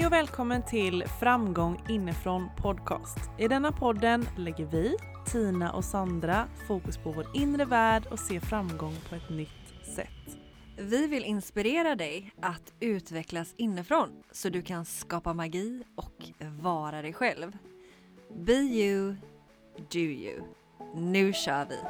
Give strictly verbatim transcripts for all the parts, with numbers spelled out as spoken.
Hej och välkommen till Framgång inifrån podcast. I denna podden lägger vi, Tina och Sandra, fokus på vår inre värld och ser framgång på ett nytt sätt. Vi vill inspirera dig att utvecklas inifrån så du kan skapa magi och vara dig själv. Be you, do you. Nu kör vi!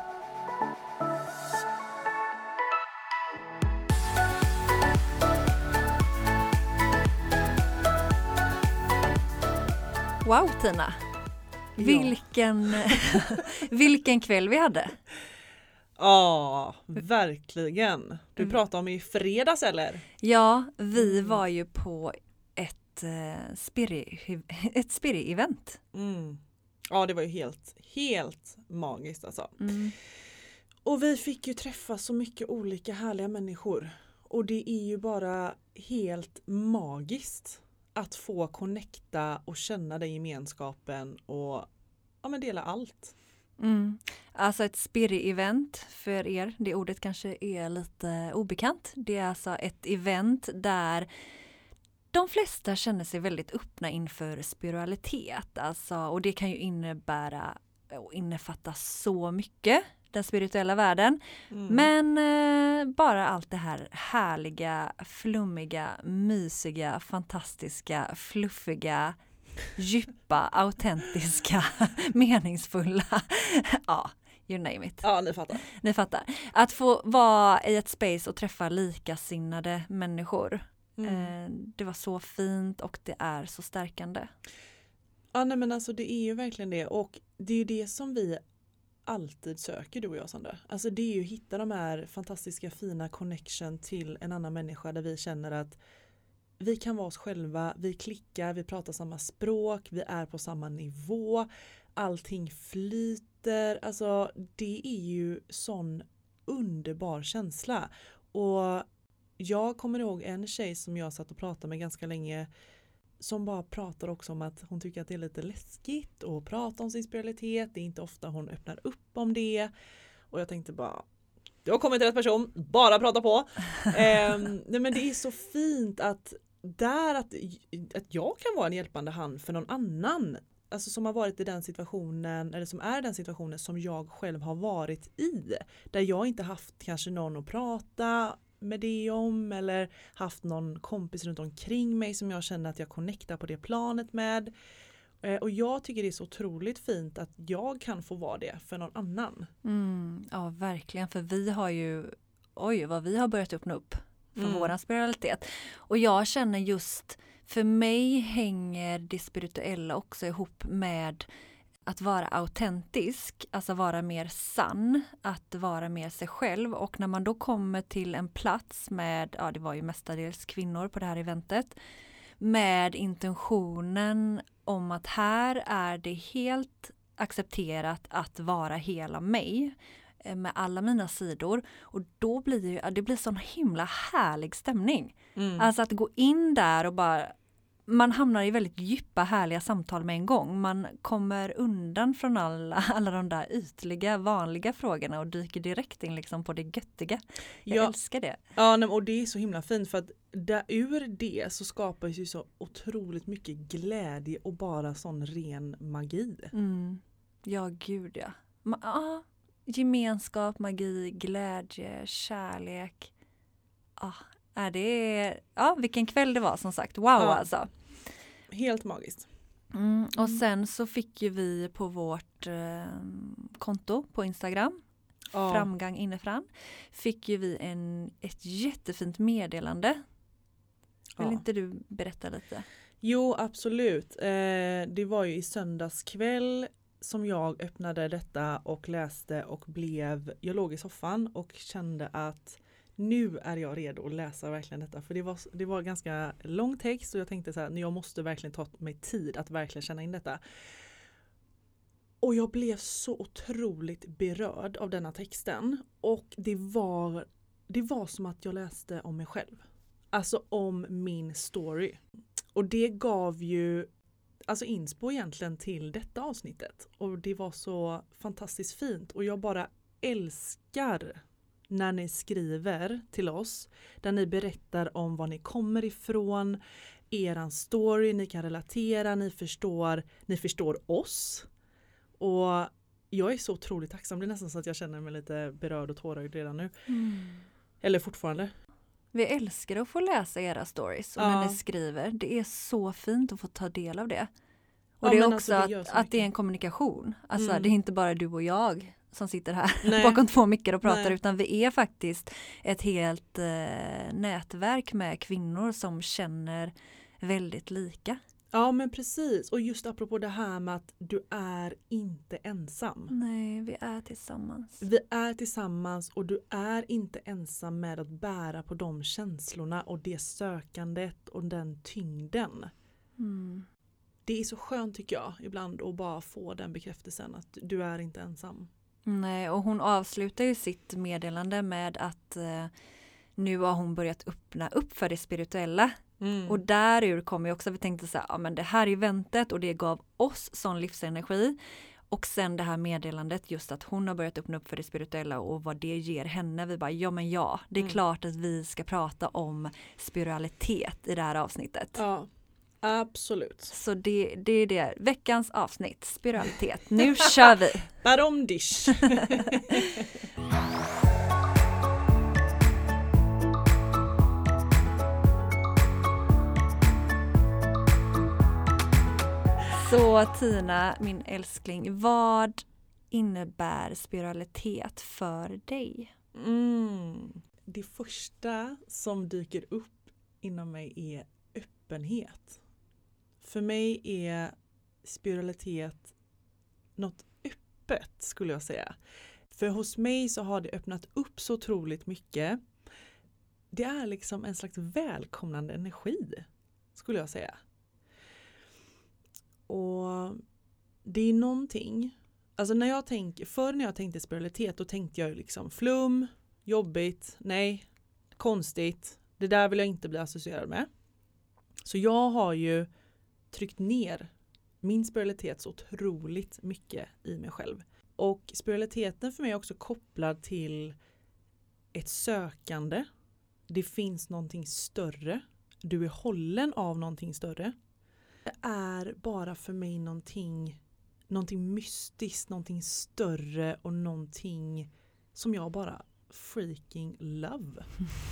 Wow Tina, Ja. vilken, vilken kväll vi hade. Ja, verkligen. Du pratade om i fredags eller? Ja, vi var ju på ett uh, spiri, ett spiri-event. Mm. Ja, det var ju helt, helt magiskt alltså. Mm. Och vi fick ju träffa så mycket olika härliga människor. Och det är ju bara helt magiskt att få connecta och känna den gemenskapen och ja, men dela allt. Mm. Alltså ett spiri-event för er, det ordet kanske är lite obekant. Det är alltså ett event där de flesta känner sig väldigt öppna inför spiritualitet. Alltså, och det kan ju innebära och innefatta så mycket, den spirituella världen. Mm. Men eh, bara allt det här härliga, flummiga, mysiga, fantastiska, fluffiga, djupa, autentiska, meningsfulla. Ja, you name it. Ja, ni fattar. Ni fattar. Att få vara i ett space och träffa likasinnade människor. Mm. Eh, det var så fint och det är så stärkande. Ja, nej men alltså det är ju verkligen det. Och det är ju det som vi alltid söker, du och jag Sandra. Alltså det är ju att hitta de här fantastiska fina connection till en annan människa där vi känner att vi kan vara oss själva, vi klickar, vi pratar samma språk, vi är på samma nivå, allting flyter. Alltså det är ju sån underbar känsla. Och jag kommer ihåg en tjej som jag satt och pratade med ganska länge som bara pratar också om att hon tycker att det är lite läskigt att prata om sin spiritualitet. Det är inte ofta hon öppnar upp om det. Och jag tänkte bara, jag kommer till rätt person, bara prata på. eh, nej men det är så fint att där att, att jag kan vara en hjälpande hand för någon annan. Alltså som har varit i den situationen, eller som är den situationen som jag själv har varit i. Där jag inte haft kanske någon att prata med det om eller haft någon kompis runt omkring mig som jag känner att jag connectar på det planet med. Och jag tycker det är så otroligt fint att jag kan få vara det för någon annan. Mm, ja, verkligen. För vi har ju, oj vad vi har börjat öppna upp för mm. våran spiritualitet. Och jag känner just, för mig hänger det spirituella också ihop med att vara autentisk, alltså vara mer sann, att vara mer sig själv. Och när man då kommer till en plats med, ja det var ju mestadels kvinnor på det här eventet, med intentionen om att här är det helt accepterat att vara hela mig med alla mina sidor. Och då blir det ju, det blir sån himla härlig stämning. Mm. Alltså att gå in där och bara, man hamnar i väldigt djupa härliga samtal med en gång. Man kommer undan från alla, alla de där ytliga, vanliga frågorna och dyker direkt in liksom på det göttiga. Jag ja. älskar det. Ja, och det är så himla fint för att där, ur det så skapas ju så otroligt mycket glädje och bara sån ren magi. Mm. Ja, gud ja. Ma- ah, gemenskap, magi, glädje, kärlek. Ah. Är det, ja, vilken kväll det var som sagt. Wow ja, alltså. Helt magiskt. Mm, och sen så fick ju vi på vårt eh, konto på Instagram, ja. Framgång inifrån, fick ju vi en, ett jättefint meddelande. Vill ja. inte du berätta lite? Jo, absolut. Eh, det var ju i söndagskväll som jag öppnade detta och läste och blev, jag låg i soffan och kände att nu är jag redo att läsa verkligen detta. För det var, det var ganska lång text och jag tänkte så här, jag måste verkligen ta mig tid att verkligen känna in detta. Och jag blev så otroligt berörd av denna texten. Och det var, det var som att jag läste om mig själv. Alltså om min story. Och det gav ju alltså inspo egentligen till detta avsnittet. Och det var så fantastiskt fint. Och jag bara älskar när ni skriver till oss, där ni berättar om var ni kommer ifrån, eran story, ni kan relatera, ni förstår, ni förstår oss. Och jag är så otroligt tacksam. Det är nästan så att jag känner mig lite berörd och tårögd redan nu. Mm. Eller fortfarande. Vi älskar att få läsa era stories och Ja. när ni skriver. Det är så fint att få ta del av det. Och Ja, det är men också alltså, det gör att, så att det är mycket. en kommunikation. Alltså Mm. det är inte bara du och jag som sitter här Nej. bakom två mickar och pratar, Nej. utan vi är faktiskt ett helt eh, nätverk med kvinnor som känner väldigt lika. Ja, men precis. Och just apropå det här med att du är inte ensam. Nej, vi är tillsammans. Vi är tillsammans och du är inte ensam med att bära på de känslorna och det sökandet och den tyngden. Mm. Det är så skönt tycker jag ibland att bara få den bekräftelsen att du är inte ensam. Nej, och hon avslutar ju sitt meddelande med att eh, nu har hon börjat öppna upp för det spirituella. Mm. Och därur kommer ju också, vi tänkte så här, ja men det här eventet och det gav oss sån livsenergi. Och sen det här meddelandet, just att hon har börjat öppna upp för det spirituella och vad det ger henne. Vi bara, ja men ja, det är Mm. klart att vi ska prata om spiritualitet i det här avsnittet. Ja, absolut. Så det, det är det, veckans avsnitt, spiritualitet. Nu kör vi! Barom dish. Så Tina, min älskling, vad innebär spiritualitet för dig? Mm. Det första som dyker upp inom mig är öppenhet. För mig är spiritualitet något öppet skulle jag säga. För hos mig så har det öppnat upp så otroligt mycket. Det är liksom en slags välkomnande energi skulle jag säga. Och det är någonting, alltså när jag tänker, förr när jag tänkte spiritualitet då tänkte jag liksom flum, jobbigt, nej, konstigt, det där vill jag inte bli associerad med. Så jag har ju tryckt ner min spiritualitet så otroligt mycket i mig själv. Och spiritualiteten för mig är också kopplad till ett sökande. Det finns någonting större. Du är hållen av någonting större. Det är bara för mig någonting, någonting mystiskt, någonting större och någonting som jag bara freaking love.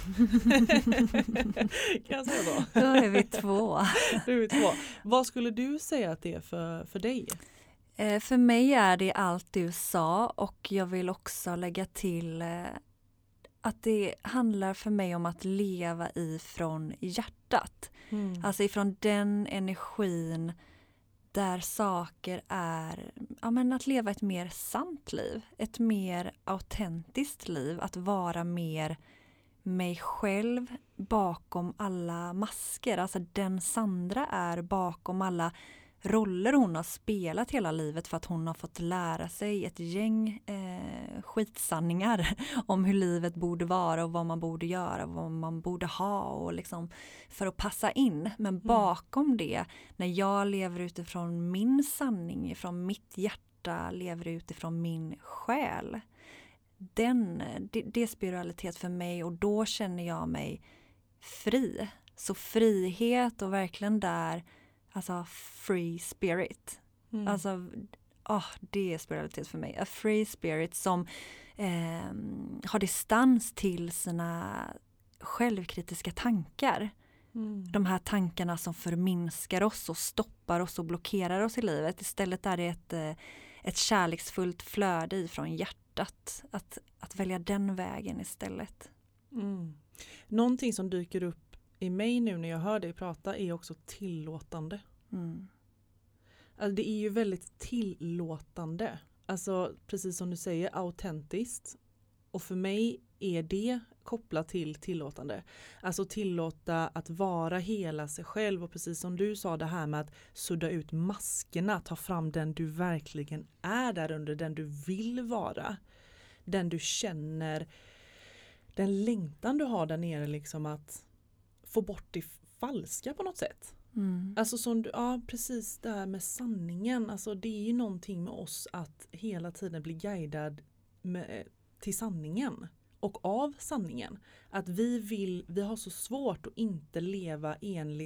Kan jag säga så? Då är vi två. Du är två. Vad skulle du säga att det är för, för dig? Eh, för mig är det allt du sa, och jag vill också lägga till eh, att det handlar för mig om att leva ifrån hjärtat. Mm. Alltså ifrån den energin där saker är, ja men att leva ett mer sant liv, ett mer autentiskt liv, att vara mer mig själv bakom alla masker. Alltså den Sandra är bakom alla roller hon har spelat hela livet för att hon har fått lära sig ett gäng eh, skitsanningar om hur livet borde vara och vad man borde göra och vad man borde ha och liksom för att passa in. Men bakom det, när jag lever utifrån min sanning, ifrån mitt hjärta, lever utifrån min själ, den, det, det är spiritualitet för mig, och då känner jag mig fri. Så frihet och verkligen där, alltså free spirit. Mm. Alltså, oh, det är spiritualitet för mig. A free spirit som eh, har distans till sina självkritiska tankar. Mm. De här tankarna som förminskar oss och stoppar oss och blockerar oss i livet. Istället är det ett, ett kärleksfullt flöde ifrån hjärtat. Att, att välja den vägen istället. Mm. Någonting som dyker upp i mig nu när jag hör dig prata är också tillåtande. Mm. Alltså det är ju väldigt tillåtande. Alltså precis som du säger, autentiskt. Och för mig är det kopplat till tillåtande. Alltså tillåta att vara hela sig själv. Och precis som du sa, det här med att sudda ut maskerna. Ta fram den du verkligen är där under. Den du vill vara. Den du känner. Den längtan du har där nere liksom att få bort det falska på något sätt. Mm. Alltså som du, ja precis det här med sanningen. Alltså det är ju någonting med oss att hela tiden bli guidad med, till sanningen. Och av sanningen. Att vi vill, vi har så svårt att inte leva enligt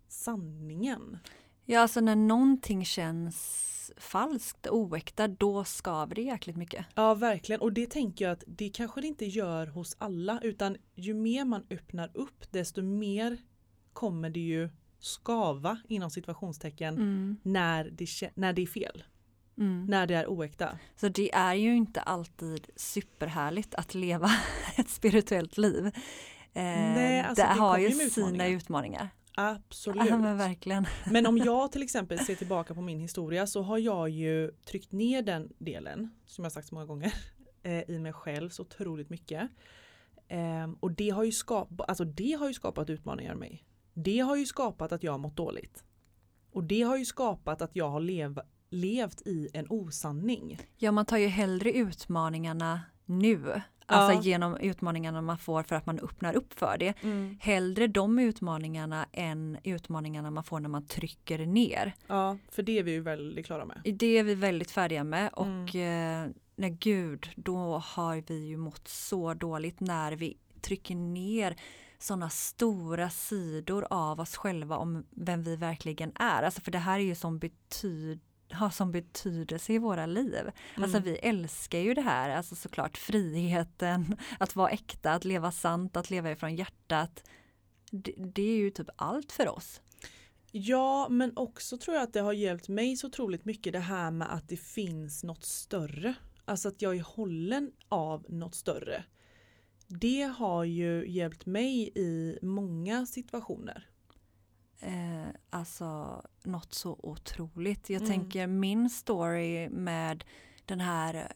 sanningen. Ja, alltså när någonting känns falskt, oäkta, då skaver det jäkligt mycket. Ja, verkligen. Och det tänker jag att det kanske det inte gör hos alla, utan ju mer man öppnar upp, desto mer kommer det ju skava inom situationstecken Mm. när, det, när det är fel. Mm. När det är oäkta. Så det är ju inte alltid superhärligt att leva ett spirituellt liv. Eh, Nej, alltså det det har kommer ju ju med sina utmaningar. utmaningar. Absolut. Ja, men verkligen. Men om jag till exempel ser tillbaka på min historia så har jag ju tryckt ner den delen, som jag sagt så många gånger, eh, i mig själv så otroligt mycket. Eh, och det har, ju skap- alltså det har ju skapat utmaningar i mig. Det har ju skapat att jag har mått dåligt. Och det har ju skapat att jag har lev- levt i en osanning. Ja, man tar ju hellre utmaningarna nu. Alltså Ja. genom utmaningarna man får för att man öppnar upp för det. Mm. Hellre de utmaningarna än utmaningarna man får när man trycker ner. Ja, för det är vi ju väldigt klara med. Det är vi väldigt färdiga med och mm. eh, nej gud, då har vi ju mått så dåligt när vi trycker ner sådana stora sidor av oss själva om vem vi verkligen är. Alltså för det här är ju som betyd har som betydelse i våra liv. Mm. Alltså vi älskar ju det här, alltså såklart friheten, att vara äkta, att leva sant, att leva ifrån hjärtat. Det, det är ju typ allt för oss. Ja, men också tror jag att det har hjälpt mig så otroligt mycket det här med att det finns något större. Alltså att jag är hållen av något större. Det har ju hjälpt mig i många situationer. Eh, alltså något så otroligt. Jag Mm. tänker min story med den här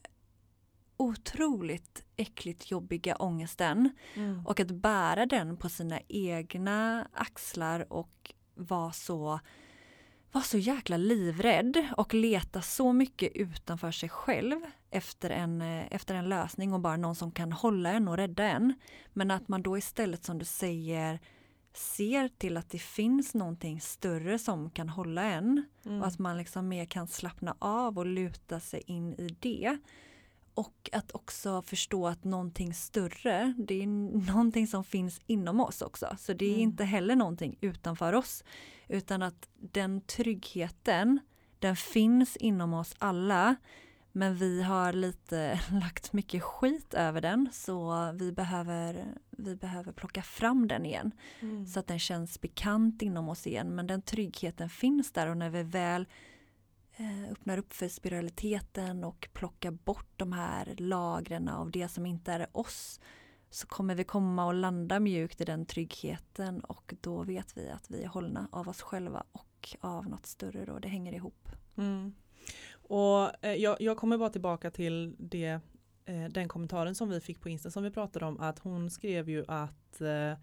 otroligt äckligt jobbiga ångesten Mm. och att bära den på sina egna axlar och vara så var så jäkla livrädd och leta så mycket utanför sig själv efter en, efter en lösning och bara någon som kan hålla en och rädda en. Men att man då istället, som du säger, ser till att det finns någonting större som kan hålla en Mm. och att man liksom mer kan slappna av och luta sig in i det. Och att också förstå att någonting större, det är någonting som finns inom oss också. Så det är Mm. inte heller någonting utanför oss. Utan att den tryggheten, den finns inom oss alla. Men vi har lite lagt mycket skit över den. Så vi behöver, vi behöver plocka fram den igen. Mm. Så att den känns bekant inom oss igen. Men den tryggheten finns där och när vi väl öppnar upp för spiritualiteten och plockar bort de här lagren av det som inte är oss, så kommer vi komma och landa mjukt i den tryggheten och då vet vi att vi är hållna av oss själva och av något större då. Det hänger ihop. Mm. Och eh, jag, jag kommer bara tillbaka till det, eh, den kommentaren som vi fick på Insta som vi pratade om, att hon skrev ju att eh,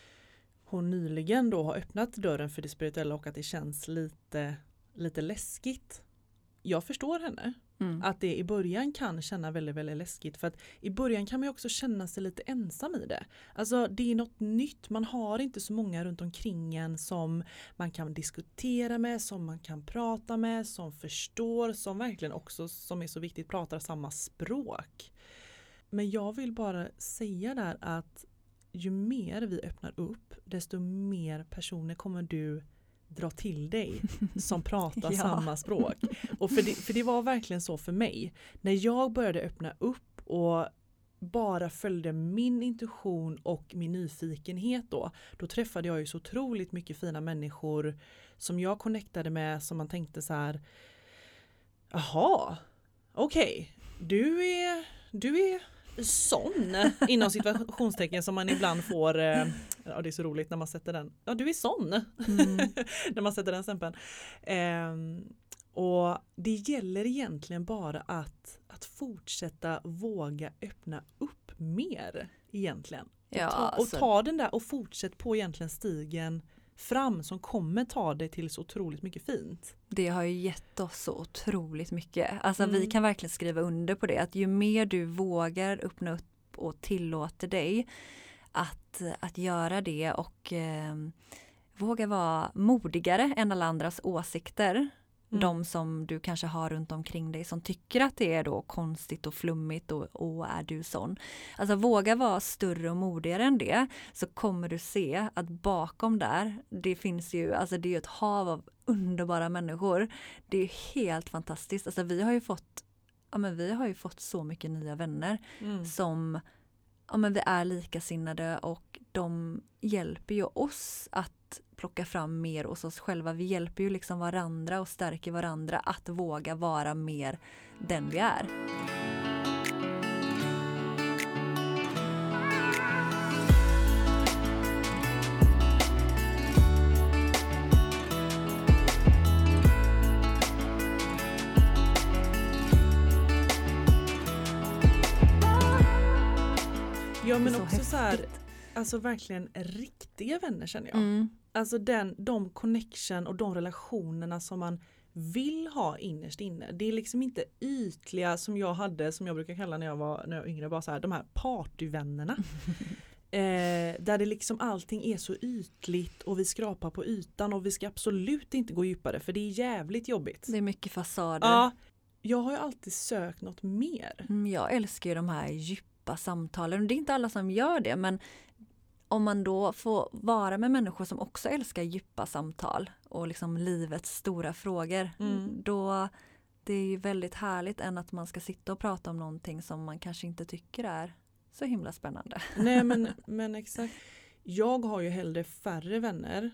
hon nyligen då har öppnat dörren för det spirituella och att det känns lite lite läskigt. Jag förstår henne. Mm. Att det i början kan känna väldigt, väldigt läskigt. För att i början kan man ju också känna sig lite ensam i det. Alltså det är något nytt. Man har inte så många runt omkring en som man kan diskutera med, som man kan prata med, som förstår, som verkligen också, som är så viktigt, pratar samma språk. Men jag vill bara säga där att ju mer vi öppnar upp, desto mer personer kommer du dra till dig som pratar Ja. samma språk. Och för det, för det var verkligen så för mig. När jag började öppna upp och bara följde min intuition och min nyfikenhet då, då träffade jag ju så otroligt mycket fina människor som jag connectade med, som man tänkte så här: jaha, okej, okay, du är du är sån, inom situationstecken som man ibland får, eh, ja det är så roligt när man sätter den, ja du är sån, mm. när man sätter den stämpeln. Eh, och det gäller egentligen bara att, att fortsätta våga öppna upp mer egentligen. Ja, och, ta, och alltså. ta den där och fortsätt på egentligen stigen fram som kommer ta dig till så otroligt mycket fint. Det har ju gett oss så otroligt mycket. Alltså Mm. vi kan verkligen skriva under på det. Att ju mer du vågar öppna upp och tillåter dig att, att göra det och eh, våga vara modigare än alla andras åsikter. Mm. De som du kanske har runt omkring dig som tycker att det är då konstigt och flummigt och, och är du sån. Alltså våga vara större och modigare än det, så kommer du se att bakom där, det finns ju, alltså det är ju ett hav av underbara människor. Det är helt fantastiskt. Alltså vi har ju fått, ja men vi har ju fått så mycket nya vänner mm. som, ja men vi är likasinnade och de hjälper ju oss att plocka fram mer hos oss själva. Vi hjälper ju liksom varandra och stärker varandra att våga vara mer den vi är. Ja men så också häftigt. Så här, alltså verkligen riktiga vänner känner jag. Mm. Alltså den, de connection och de relationerna som man vill ha innerst inne. Det är liksom inte ytliga som jag hade, som jag brukar kalla när jag var, när jag var yngre, bara så här, de här partyvännerna. eh, där det liksom allting är så ytligt och vi skrapar på ytan och vi ska absolut inte gå djupare för det är jävligt jobbigt. Det är mycket fasader. Ja, jag har ju alltid sökt något mer. Mm, jag älskar ju de här djupa samtalen. Det är inte alla som gör det, men om man då får vara med människor som också älskar djupa samtal och liksom livets stora frågor, mm. då det är ju väldigt härligt än att man ska sitta och prata om någonting som man kanske inte tycker är så himla spännande. Nej men, men exakt. Jag har ju hellre färre vänner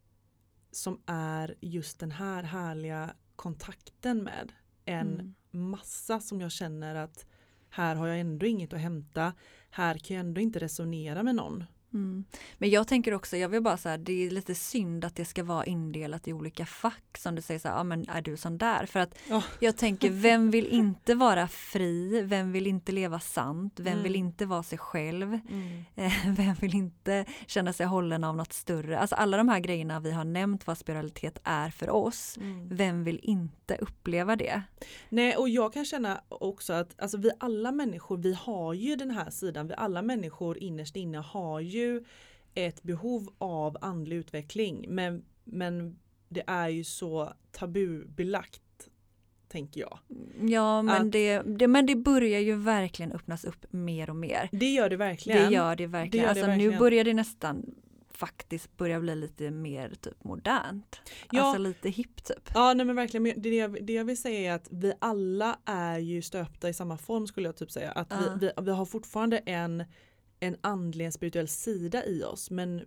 som är just den här härliga kontakten med en mm. massa som jag känner att här har jag ändå inget att hämta. Här kan jag ändå inte resonera med någon. Mm. Men jag tänker också, jag vill bara säga, det är lite synd att det ska vara indelat i olika fack som du säger så här, ja men är du sån där? För att oh. jag tänker, vem vill inte vara fri? Vem vill inte leva sant? Vem mm. vill inte vara sig själv? Mm. Eh, vem vill inte känna sig hållen av något större? Alltså alla de här grejerna vi har nämnt vad spiralitet är för oss. Mm. Vem vill inte uppleva det? Nej, och jag kan känna också att alltså, vi alla människor, vi har ju den här sidan. Vi alla människor innerst inne har ju ett behov av andlig utveckling, men, men det är ju så tabubelagt, tänker jag. Ja, men, att, det, det, men det börjar ju verkligen öppnas upp mer och mer. Det gör det verkligen. Det gör det verkligen. Det gör alltså, det verkligen. Nu börjar det nästan faktiskt börja bli lite mer typ modernt. Ja. Alltså lite hipp typ. Ja, nej men verkligen. Det jag, det jag vill säga är att vi alla är ju stöpta i samma form, skulle jag typ säga. Att uh. vi, vi, vi har fortfarande en en andlig, en spirituell sida i oss, men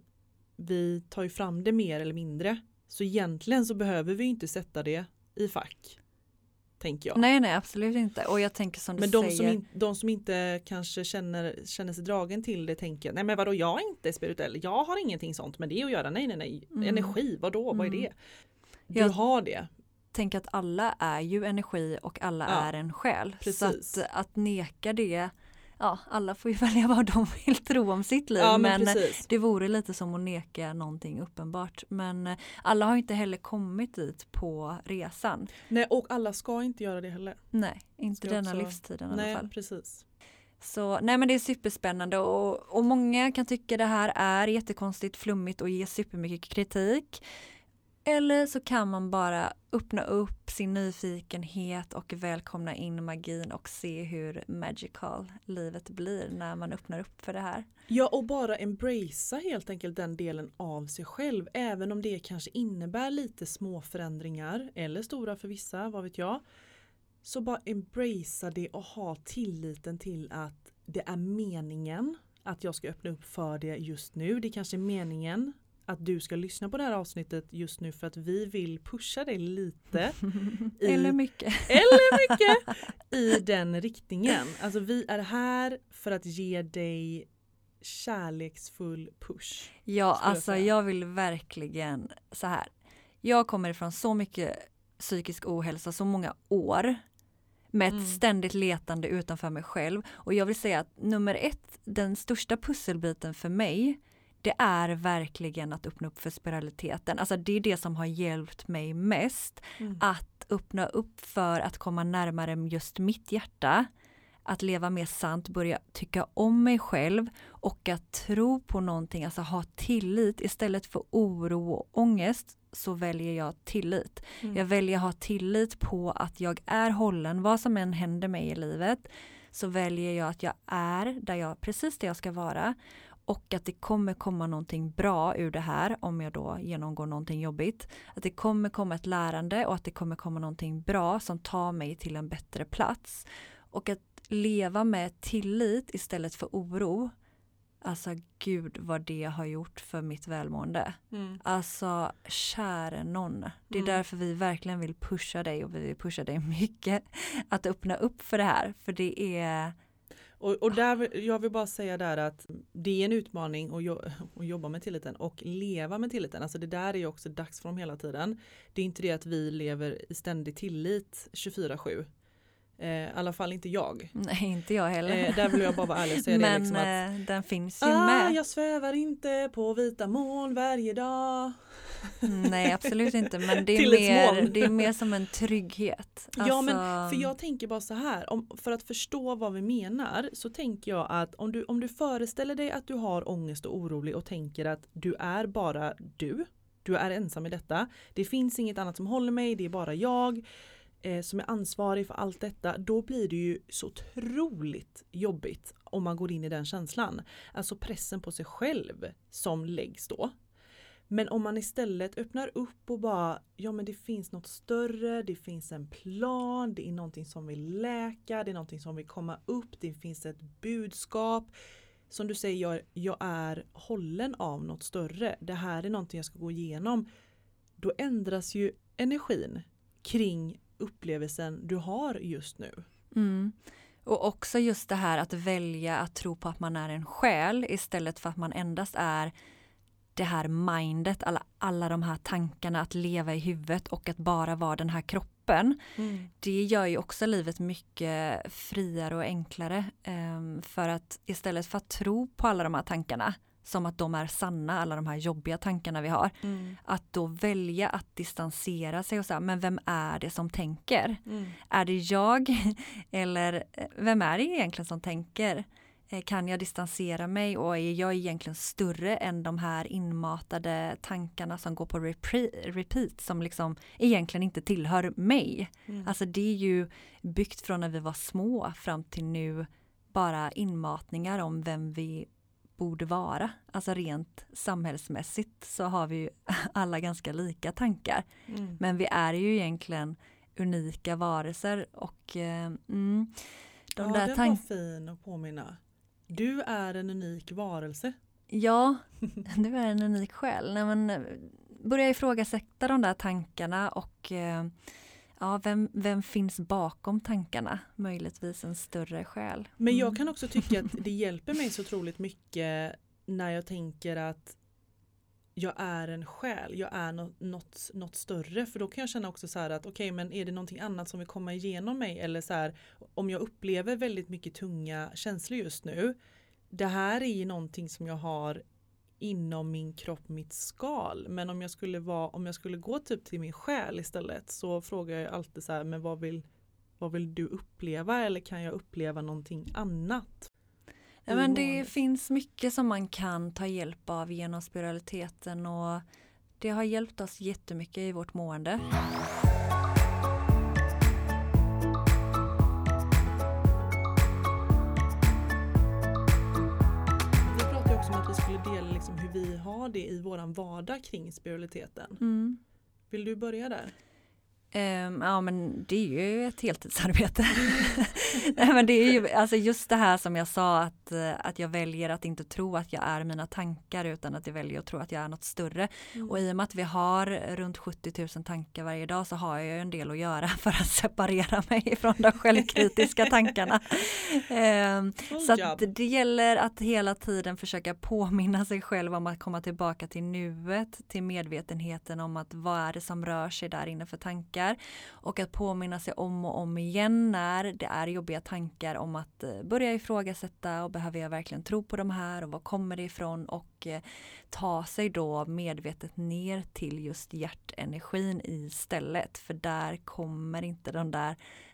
vi tar ju fram det mer eller mindre. Så egentligen så behöver vi inte sätta det i fack, tänker jag. Nej, nej, absolut inte. Och jag tänker som du men de säger. Som in, de som inte kanske känner, känner sig dragen till det tänker, nej men vadå, jag är inte spirituell. Jag har ingenting sånt med det att göra. Nej, nej, nej. Mm. Energi, vadå, mm. vad är det? Du jag har det. Tänker att alla är ju energi och alla ja. Är en själ. Precis. Så att, att neka det, ja, alla får ju välja vad de vill tro om sitt liv, ja, men, men det vore lite som att neka någonting uppenbart. Men alla har inte heller kommit dit på resan. Nej, och alla ska inte göra det heller. Nej, inte denna också livstiden i nej, alla fall. Precis. Så nej, men det är superspännande och, och många kan tycka det här är jättekonstigt, flummigt och ge supermycket kritik. Eller så kan man bara öppna upp sin nyfikenhet och välkomna in magin och se hur magical livet blir när man öppnar upp för det här. Ja, och bara embracea helt enkelt den delen av sig själv. Även om det kanske innebär lite små förändringar eller stora för vissa, vad vet jag. Så bara embracea det och ha tilliten till att det är meningen att jag ska öppna upp för det just nu. Det kanske är meningen att du ska lyssna på det här avsnittet just nu för att vi vill pusha dig lite. I, eller mycket. Eller mycket i den riktningen. Alltså vi är här för att ge dig kärleksfull push. Ja, alltså jag, jag vill verkligen så här. Jag kommer ifrån så mycket psykisk ohälsa, så många år. Med ett mm. ständigt letande utanför mig själv. Och jag vill säga att nummer ett, den största pusselbiten för mig, det är verkligen att öppna upp för spiraliteten. Alltså det är det som har hjälpt mig mest. Mm. Att öppna upp för att komma närmare just mitt hjärta. Att leva mer sant, börja tycka om mig själv. Och att tro på någonting, alltså ha tillit istället för oro och ångest. så väljer jag tillit. Mm. Jag väljer ha tillit på att jag är hållen. Vad som än händer mig i livet så väljer jag att jag är där jag, precis där jag ska vara. Och att det kommer komma någonting bra ur det här om jag då genomgår någonting jobbigt. Att det kommer komma ett lärande och att det kommer komma någonting bra som tar mig till en bättre plats. Och att leva med tillit istället för oro. Alltså gud vad det har gjort för mitt välmående. Mm. Alltså käre någon. Det är Mm. därför vi verkligen vill pusha dig och vi vill pusha dig mycket. Att öppna upp för det här. För det är... Och, och där, jag vill bara säga där att det är en utmaning att, jo, att jobba med tilliten och leva med tilliten. Alltså det där är ju också dagsform hela tiden. Det är inte det att vi lever i ständig tillit tjugofyra sju. Eh, I alla fall inte jag. Nej, inte jag heller. Eh, där vill jag bara vara ärlig och säga Men det. Liksom att, eh, den finns ju ah, med. jag svävar inte på vita moln varje dag. Nej, absolut inte. Men det är, Tillitsmål. mer, det är mer som en trygghet. Alltså... Ja, men för jag tänker bara så här. Om, för att förstå vad vi menar så tänker jag att om du, om du föreställer dig att du har ångest och orolig och tänker att du är bara du. Du är ensam i detta. Det finns inget annat som håller mig. Det är bara jag eh, som är ansvarig för allt detta. Då blir det ju så otroligt jobbigt om man går in i den känslan. Alltså pressen på sig själv som läggs då. Men om man istället öppnar upp och bara, ja men det finns något större, det finns en plan, det är någonting som vill läka, det är någonting som vill komma upp, det finns ett budskap. Som du säger, jag, jag är hållen av något större, det här är någonting jag ska gå igenom. Då ändras ju energin kring upplevelsen du har just nu. Mm. Och också just det här att välja att tro på att man är en själ istället för att man endast är det här mindet, alla, alla de här tankarna att leva i huvudet och att bara vara den här kroppen. Mm. Det gör ju också livet mycket friare och enklare. Um, för att istället för att tro på alla de här tankarna som att de är sanna, alla de här jobbiga tankarna vi har. Mm. Att då välja att distansera sig och säga, men vem är det som tänker? Mm. Är det jag? Eller vem är det egentligen som tänker? Kan jag distansera mig och är jag egentligen större än de här inmatade tankarna som går på repre- repeat som liksom egentligen inte tillhör mig. Mm. Alltså det är ju byggt från när vi var små fram till nu bara inmatningar om vem vi borde vara. Alltså rent samhällsmässigt så har vi ju alla ganska lika tankar. Mm. Men vi är ju egentligen unika varelser och eh, mm, de ja, där det tank- var fin att påminna. Du är en unik varelse. Ja, du är en unik själ. Nej, men, börja ifrågasätta de där tankarna och eh, ja, vem, vem finns bakom tankarna? Möjligtvis en större själ. Men jag Mm. kan också tycka att det hjälper mig så otroligt mycket när jag tänker att jag är en själ, jag är något, något, något större. För då kan jag känna också så här att okej, okay, men är det någonting annat som vill komma igenom mig? Eller så här, om jag upplever väldigt mycket tunga känslor just nu. Det här är ju någonting som jag har inom min kropp, mitt skal. Men om jag skulle, vara, om jag skulle gå typ till min själ istället så frågar jag alltid så här, men vad vill, vad vill du uppleva? Eller kan jag uppleva någonting annat? Ja, men det finns mycket som man kan ta hjälp av genom spiritualiteten och det har hjälpt oss jättemycket i vårt mående. Vi pratade ju också om att vi skulle dela liksom hur vi har det i våran vardag kring spiritualiteten. Mm. Vill du börja där? Um, ja men det är ju ett heltidsarbete. Nej, men det är ju alltså just det här som jag sa att, att jag väljer att inte tro att jag är mina tankar utan att jag väljer att tro att jag är något större. Mm. Och i och med att vi har runt sjuttio tusen tankar varje dag så har jag ju en del att göra för att separera mig från de självkritiska tankarna. Um, så att det gäller att hela tiden försöka påminna sig själv om att komma tillbaka till nuet, till medvetenheten om att vad är det som rör sig där inne för tankar. Och att påminna sig om och om igen när det är jobbiga tankar om att börja ifrågasätta och behöver jag verkligen tro på de här och var kommer det ifrån och eh, ta sig då medvetet ner till just hjärtenergin istället för där kommer inte de där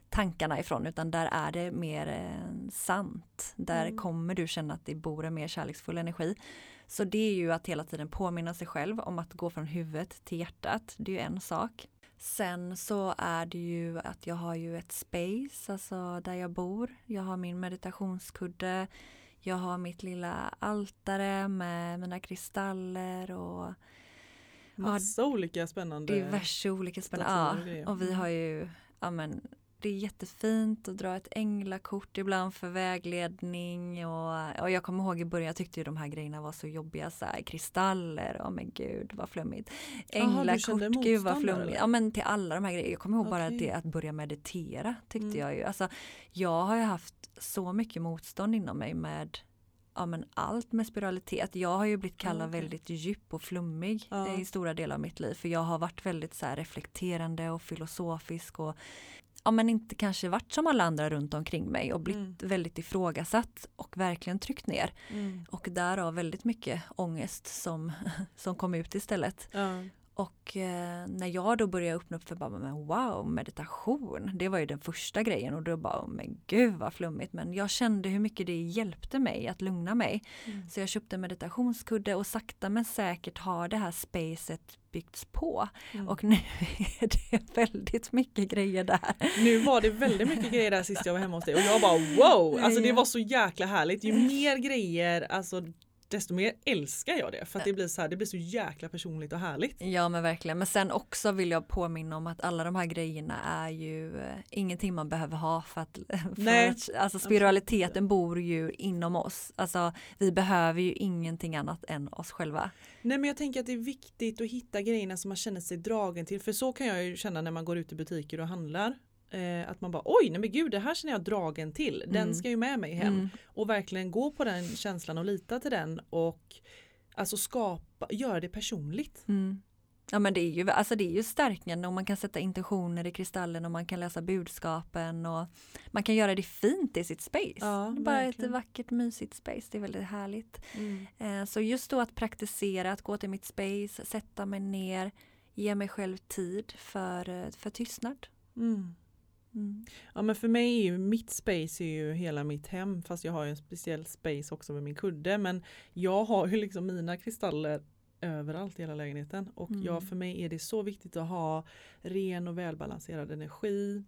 tankarna ifrån, utan där är det mer eh, sant. Där Mm. kommer du känna att det bor en mer kärleksfull energi. Så det är ju att hela tiden påminna sig själv om att gå från huvudet till hjärtat. Det är ju en sak. Sen så är det ju att jag har ju ett space, alltså där jag bor. Jag har min meditationskudde. Jag har mitt lilla altare med mina kristaller och Massa ja, olika spännande. Diverse olika spännande. Ja, och vi har ju, ja men det är jättefint att dra ett änglakort ibland för vägledning. Och, och jag kommer ihåg i början, jag tyckte ju de här grejerna var så jobbiga. Så här, kristaller, åh oh men gud vad flummigt. Änglakort, Aha, gud vad flummigt. Eller? Ja men till alla de här grejerna. Jag kommer ihåg okay. bara det att börja meditera tyckte mm. jag ju. Alltså, jag har ju haft så mycket motstånd inom mig med ja, men allt med spiralitet. Jag har ju blivit kallad okay. väldigt djup och flummig ja. i stora delar av mitt liv. För jag har varit väldigt så här, reflekterande och filosofisk och ja, men inte kanske varit som alla andra runt omkring mig och blivit mm. väldigt ifrågasatt och verkligen tryckt ner. Mm. Och därav väldigt mycket ångest som, som kom ut istället. Ja. Och eh, när jag då började öppna upp för bara, men wow, meditation, det var ju den första grejen och då bara, men gud vad flummigt, men jag kände hur mycket det hjälpte mig att lugna mig. Mm. Så jag köpte en meditationskudde och sakta men säkert har det här spacet byggts på. Mm. Och nu är det väldigt mycket grejer där. Nu var det väldigt mycket grejer där sist jag var hemma hos dig och jag bara wow, alltså det var så jäkla härligt. Ju mer grejer, alltså desto mer älskar jag det. För att det blir så här, det blir så jäkla personligt och härligt. Ja men verkligen. Men sen också vill jag påminna om att alla de här grejerna är ju eh, ingenting man behöver ha för att, för Nej, att alltså spiritualiteten bor ju inom oss. Alltså vi behöver ju ingenting annat än oss själva. Nej men jag tänker att det är viktigt att hitta grejerna som man känner sig dragen till. För så kan jag ju känna när man går ut i butiker och handlar. Eh, att man bara, oj nej men gud det här känner jag dragen till. Den mm. ska ju med mig hem. Mm. Och verkligen gå på den känslan och lita till den. Och alltså skapa, göra det personligt. Mm. Ja men det är ju, alltså det är ju stärkande och man kan sätta intentioner i kristallen och man kan läsa budskapen och man kan göra det fint i sitt space. Ja, det är bara verkligen. Ett vackert mysigt space, det är väldigt härligt. Mm. Eh, så just då att praktisera, att gå till mitt space, sätta mig ner, ge mig själv tid för, för tystnad. Mm. Mm. Ja men för mig är ju mitt space är ju hela mitt hem, fast jag har ju en speciell space också med min kudde, men jag har ju liksom mina kristaller överallt i hela lägenheten och mm. jag, för mig är det så viktigt att ha ren och välbalanserad energi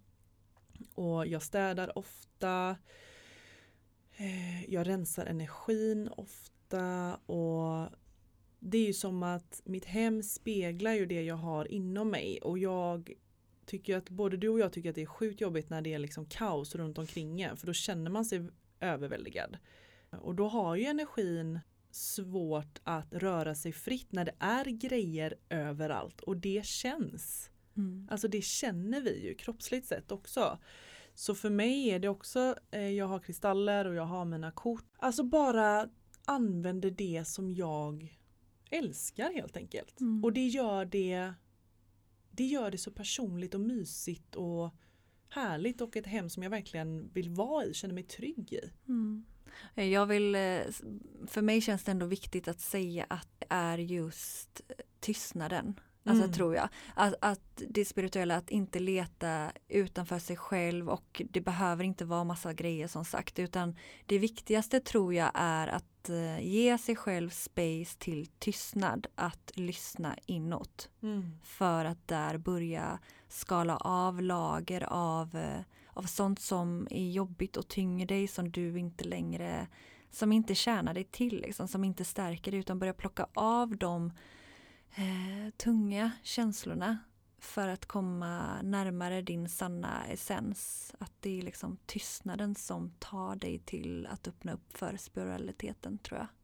och jag städar ofta, eh, jag rensar energin ofta och det är ju som att mitt hem speglar ju det jag har inom mig och jag tycker att både du och jag tycker att det är sjukt jobbigt när det är liksom kaos runt omkring en, för då känner man sig överväldigad. Och då har ju energin svårt att röra sig fritt när det är grejer överallt och det känns. Mm. Alltså det känner vi ju kroppsligt sett också. Så för mig är det också, eh, jag har kristaller och jag har mina kort. Alltså bara använder det som jag älskar helt enkelt. Mm. Och det gör det Det gör det så personligt och mysigt och härligt och ett hem som jag verkligen vill vara i, känner mig trygg i. Mm. Jag vill, för mig känns det ändå viktigt att säga att det är just tystnaden. Alltså mm. tror jag. Att, att det spirituella, att inte leta utanför sig själv och det behöver inte vara massa grejer som sagt, utan det viktigaste tror jag är att uh, ge sig själv space till tystnad, att lyssna inåt. Mm. För att där börja skala av lager av, uh, av sånt som är jobbigt och tynger dig, som du inte längre, som inte tjänar dig till, liksom, som inte stärker dig, utan börja plocka av dem Eh, tunga känslorna för att komma närmare din sanna essens. Att det är liksom tystnaden som tar dig till att öppna upp för spiritualiteten, tror jag.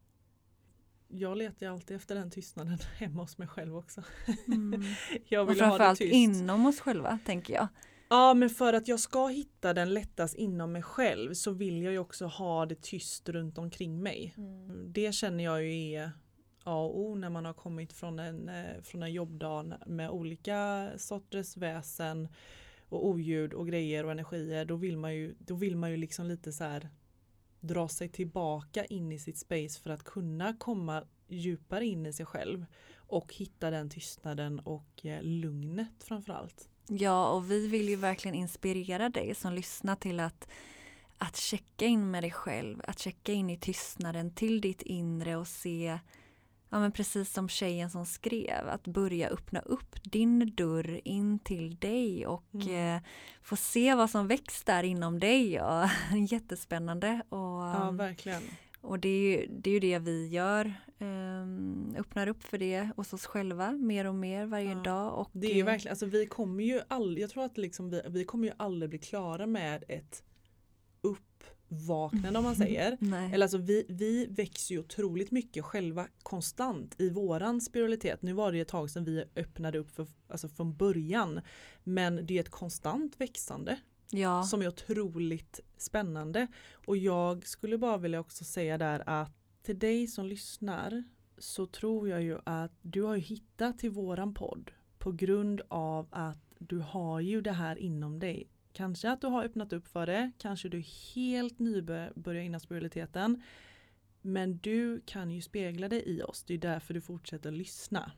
Jag letar alltid efter den tystnaden hemma hos mig själv också. Mm. Jag vill och framförallt ha det tyst. Inom oss själva, tänker jag. Ja, men för att jag ska hitta den lättast inom mig själv så vill jag ju också ha det tyst runt omkring mig. Mm. Det känner jag ju är A och O när man har kommit från en, från en jobbdag med olika sorters väsen och oljud och grejer och energier. Då vill man ju, då vill man ju liksom lite så här dra sig tillbaka in i sitt space för att kunna komma djupare in i sig själv och hitta den tystnaden och lugnet framförallt. Ja, och vi vill ju verkligen inspirera dig som lyssnar till att, att checka in med dig själv, att checka in i tystnaden till ditt inre och se, ja men precis som tjejen som skrev, att börja öppna upp din dörr in till dig och mm. eh, få se vad som växer där inom dig. Och, jättespännande. Och, ja, verkligen. Och det är ju det, är ju det vi gör. Um, öppnar upp för det hos oss själva mer och mer varje ja. dag. Och, det är ju verkligen, alltså vi kommer ju aldrig, jag tror att liksom vi, vi kommer ju aldrig bli klara med ett uppvaknande om man säger. Nej. Eller alltså vi, vi växer ju otroligt mycket själva konstant i våran spiritualitet. Nu var det ett tag sedan vi öppnade upp för, alltså från början. Men det är ett konstant växande. Ja. Som är otroligt spännande. Och jag skulle bara vilja också säga där att till dig som lyssnar så tror jag ju att du har hittat till våran podd på grund av att du har ju det här inom dig. Kanske att du har öppnat upp för det, kanske du helt nybörjar inom spiritualiteten. Men du kan ju spegla det i oss, det är därför du fortsätter lyssna.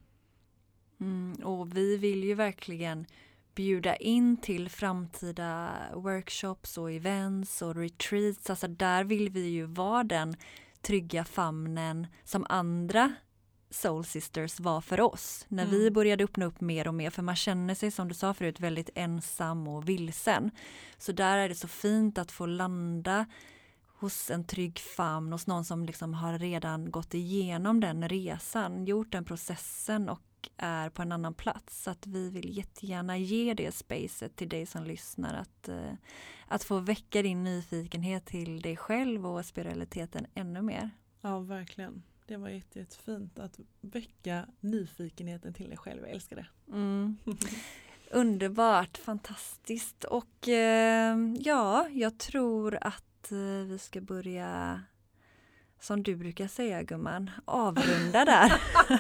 Mm, och vi vill ju verkligen bjuda in till framtida workshops och events och retreats. Alltså där vill vi ju vara den trygga famnen som andra Soul Sisters var för oss. När mm. vi började öppna upp mer och mer. För man känner sig, som du sa förut, väldigt ensam och vilsen. Så där är det så fint att få landa hos en trygg famn. Hos någon som liksom har redan gått igenom den resan. Gjort den processen och är på en annan plats. Så att vi vill jättegärna ge det spacet till dig som lyssnar. Att, uh, att få väcka din nyfikenhet till dig själv och spiritualiteten ännu mer. Ja, verkligen. Det var jätte, jättefint att väcka nyfikenheten till dig själv. Jag älskar det. Mm. Underbart, fantastiskt. Och uh, ja, jag tror att uh, vi ska börja, som du brukar säga gumman, avrunda där.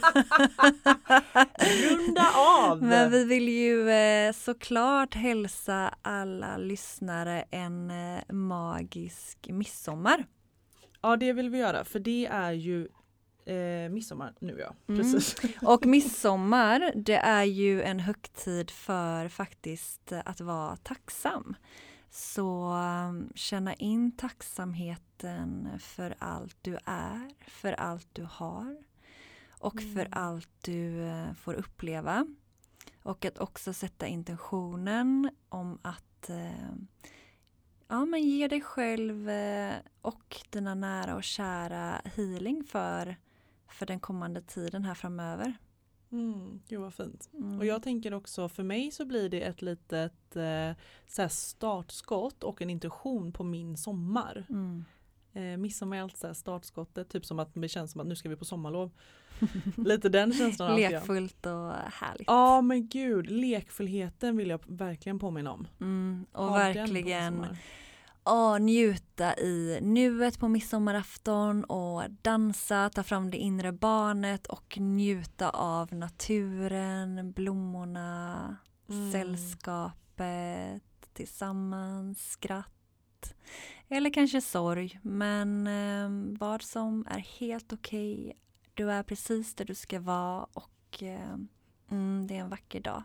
Runda av! Men vi vill ju eh, såklart hälsa alla lyssnare en eh, magisk midsommar. Ja, det vill vi göra. För det är ju eh, midsommar nu, ja. Precis. Mm. Och midsommar, det är ju en högtid för faktiskt att vara tacksam. Så um, känna in tacksamheten för allt du är, för allt du har och mm. för allt du uh, får uppleva. Och att också sätta intentionen om att uh, ja, men ge dig själv uh, och dina nära och kära healing för, för den kommande tiden här framöver. Mm, det var fint. Mm. Och jag tänker också, för mig så blir det ett litet eh, så här startskott och en intention på min sommar. Mm. Eh, midsommar är alltid så här startskottet, typ som att det känns som att nu ska vi på sommarlov. Lite den känslan. Lekfullt och härligt. Ja, men gud, lekfullheten vill jag verkligen påminna om. Mm, och Ha verkligen ja, njuta i nuet på midsommarafton och dansa, ta fram det inre barnet och njuta av naturen, blommorna, mm. sällskapet, tillsammans, skratt eller kanske sorg, men eh, vad som är helt okej. Okay. Du är precis där du ska vara och eh, mm, det är en vacker dag.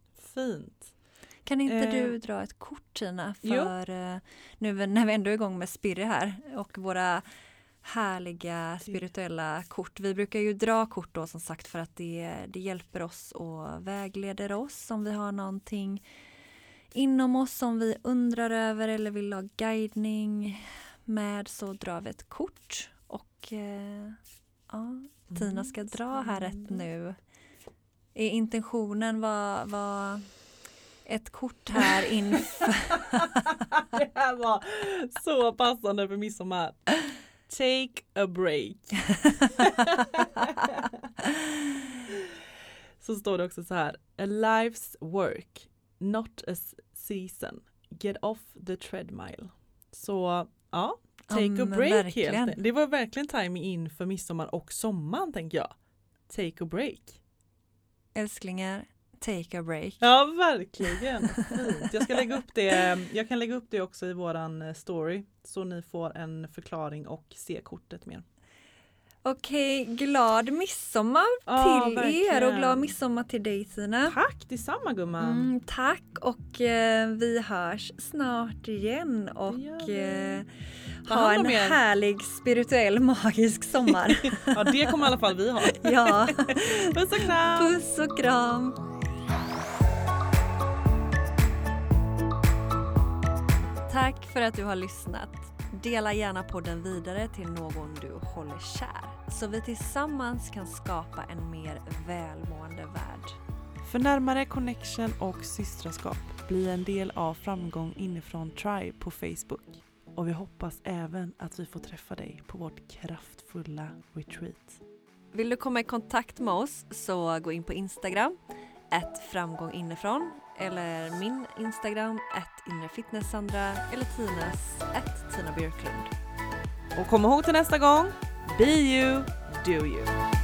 Fint. Kan inte eh, du dra ett kort, Tina, för eh, nu när vi ändå är igång med Spirri här och våra härliga spirituella kort. Vi brukar ju dra kort då som sagt för att det, det hjälper oss och vägleder oss om vi har någonting inom oss som vi undrar över eller vill ha guidning med, så drar vi ett kort och eh, ja, Tina ska dra här ett nu. Är intentionen var, var ett kort här inför... Det här var så passande för midsommar. Take a break. Så står det också så här: a life's work, not a season. Get off the treadmill. Så ja, take ja, a break verkligen. helt. Det var verkligen timing in för midsommar och sommaren, tänker jag. Take a break. Älsklingar, take a break. Ja, verkligen. Fint. Jag ska lägga upp det. Jag kan lägga upp det också i våran story så ni får en förklaring och se kortet mer. Okej, glad midsommar Ja, till verkligen. er och glad midsommar till dig Tina. Tack, detsamma gumman. Mm, tack och eh, vi hörs snart igen och Det gör vi. eh, Ta ha hand en om er. härlig spirituell magisk sommar. Ja, det kommer i alla fall vi ha. Ja, Puss och kram! puss och kram. Tack för att du har lyssnat. Dela gärna podden vidare till någon du håller kär, så vi tillsammans kan skapa en mer välmående värld. För närmare connection och systraskap, bli en del av Framgång inifrån Tribe på Facebook. Och vi hoppas även att vi får träffa dig på vårt kraftfulla retreat. Vill du komma i kontakt med oss så gå in på Instagram, at framgång inifrån, eller min Instagram, at innerfitnesssandra, eller Tinas, at Tina Björklund. Och kom ihåg till nästa gång, be you, do you.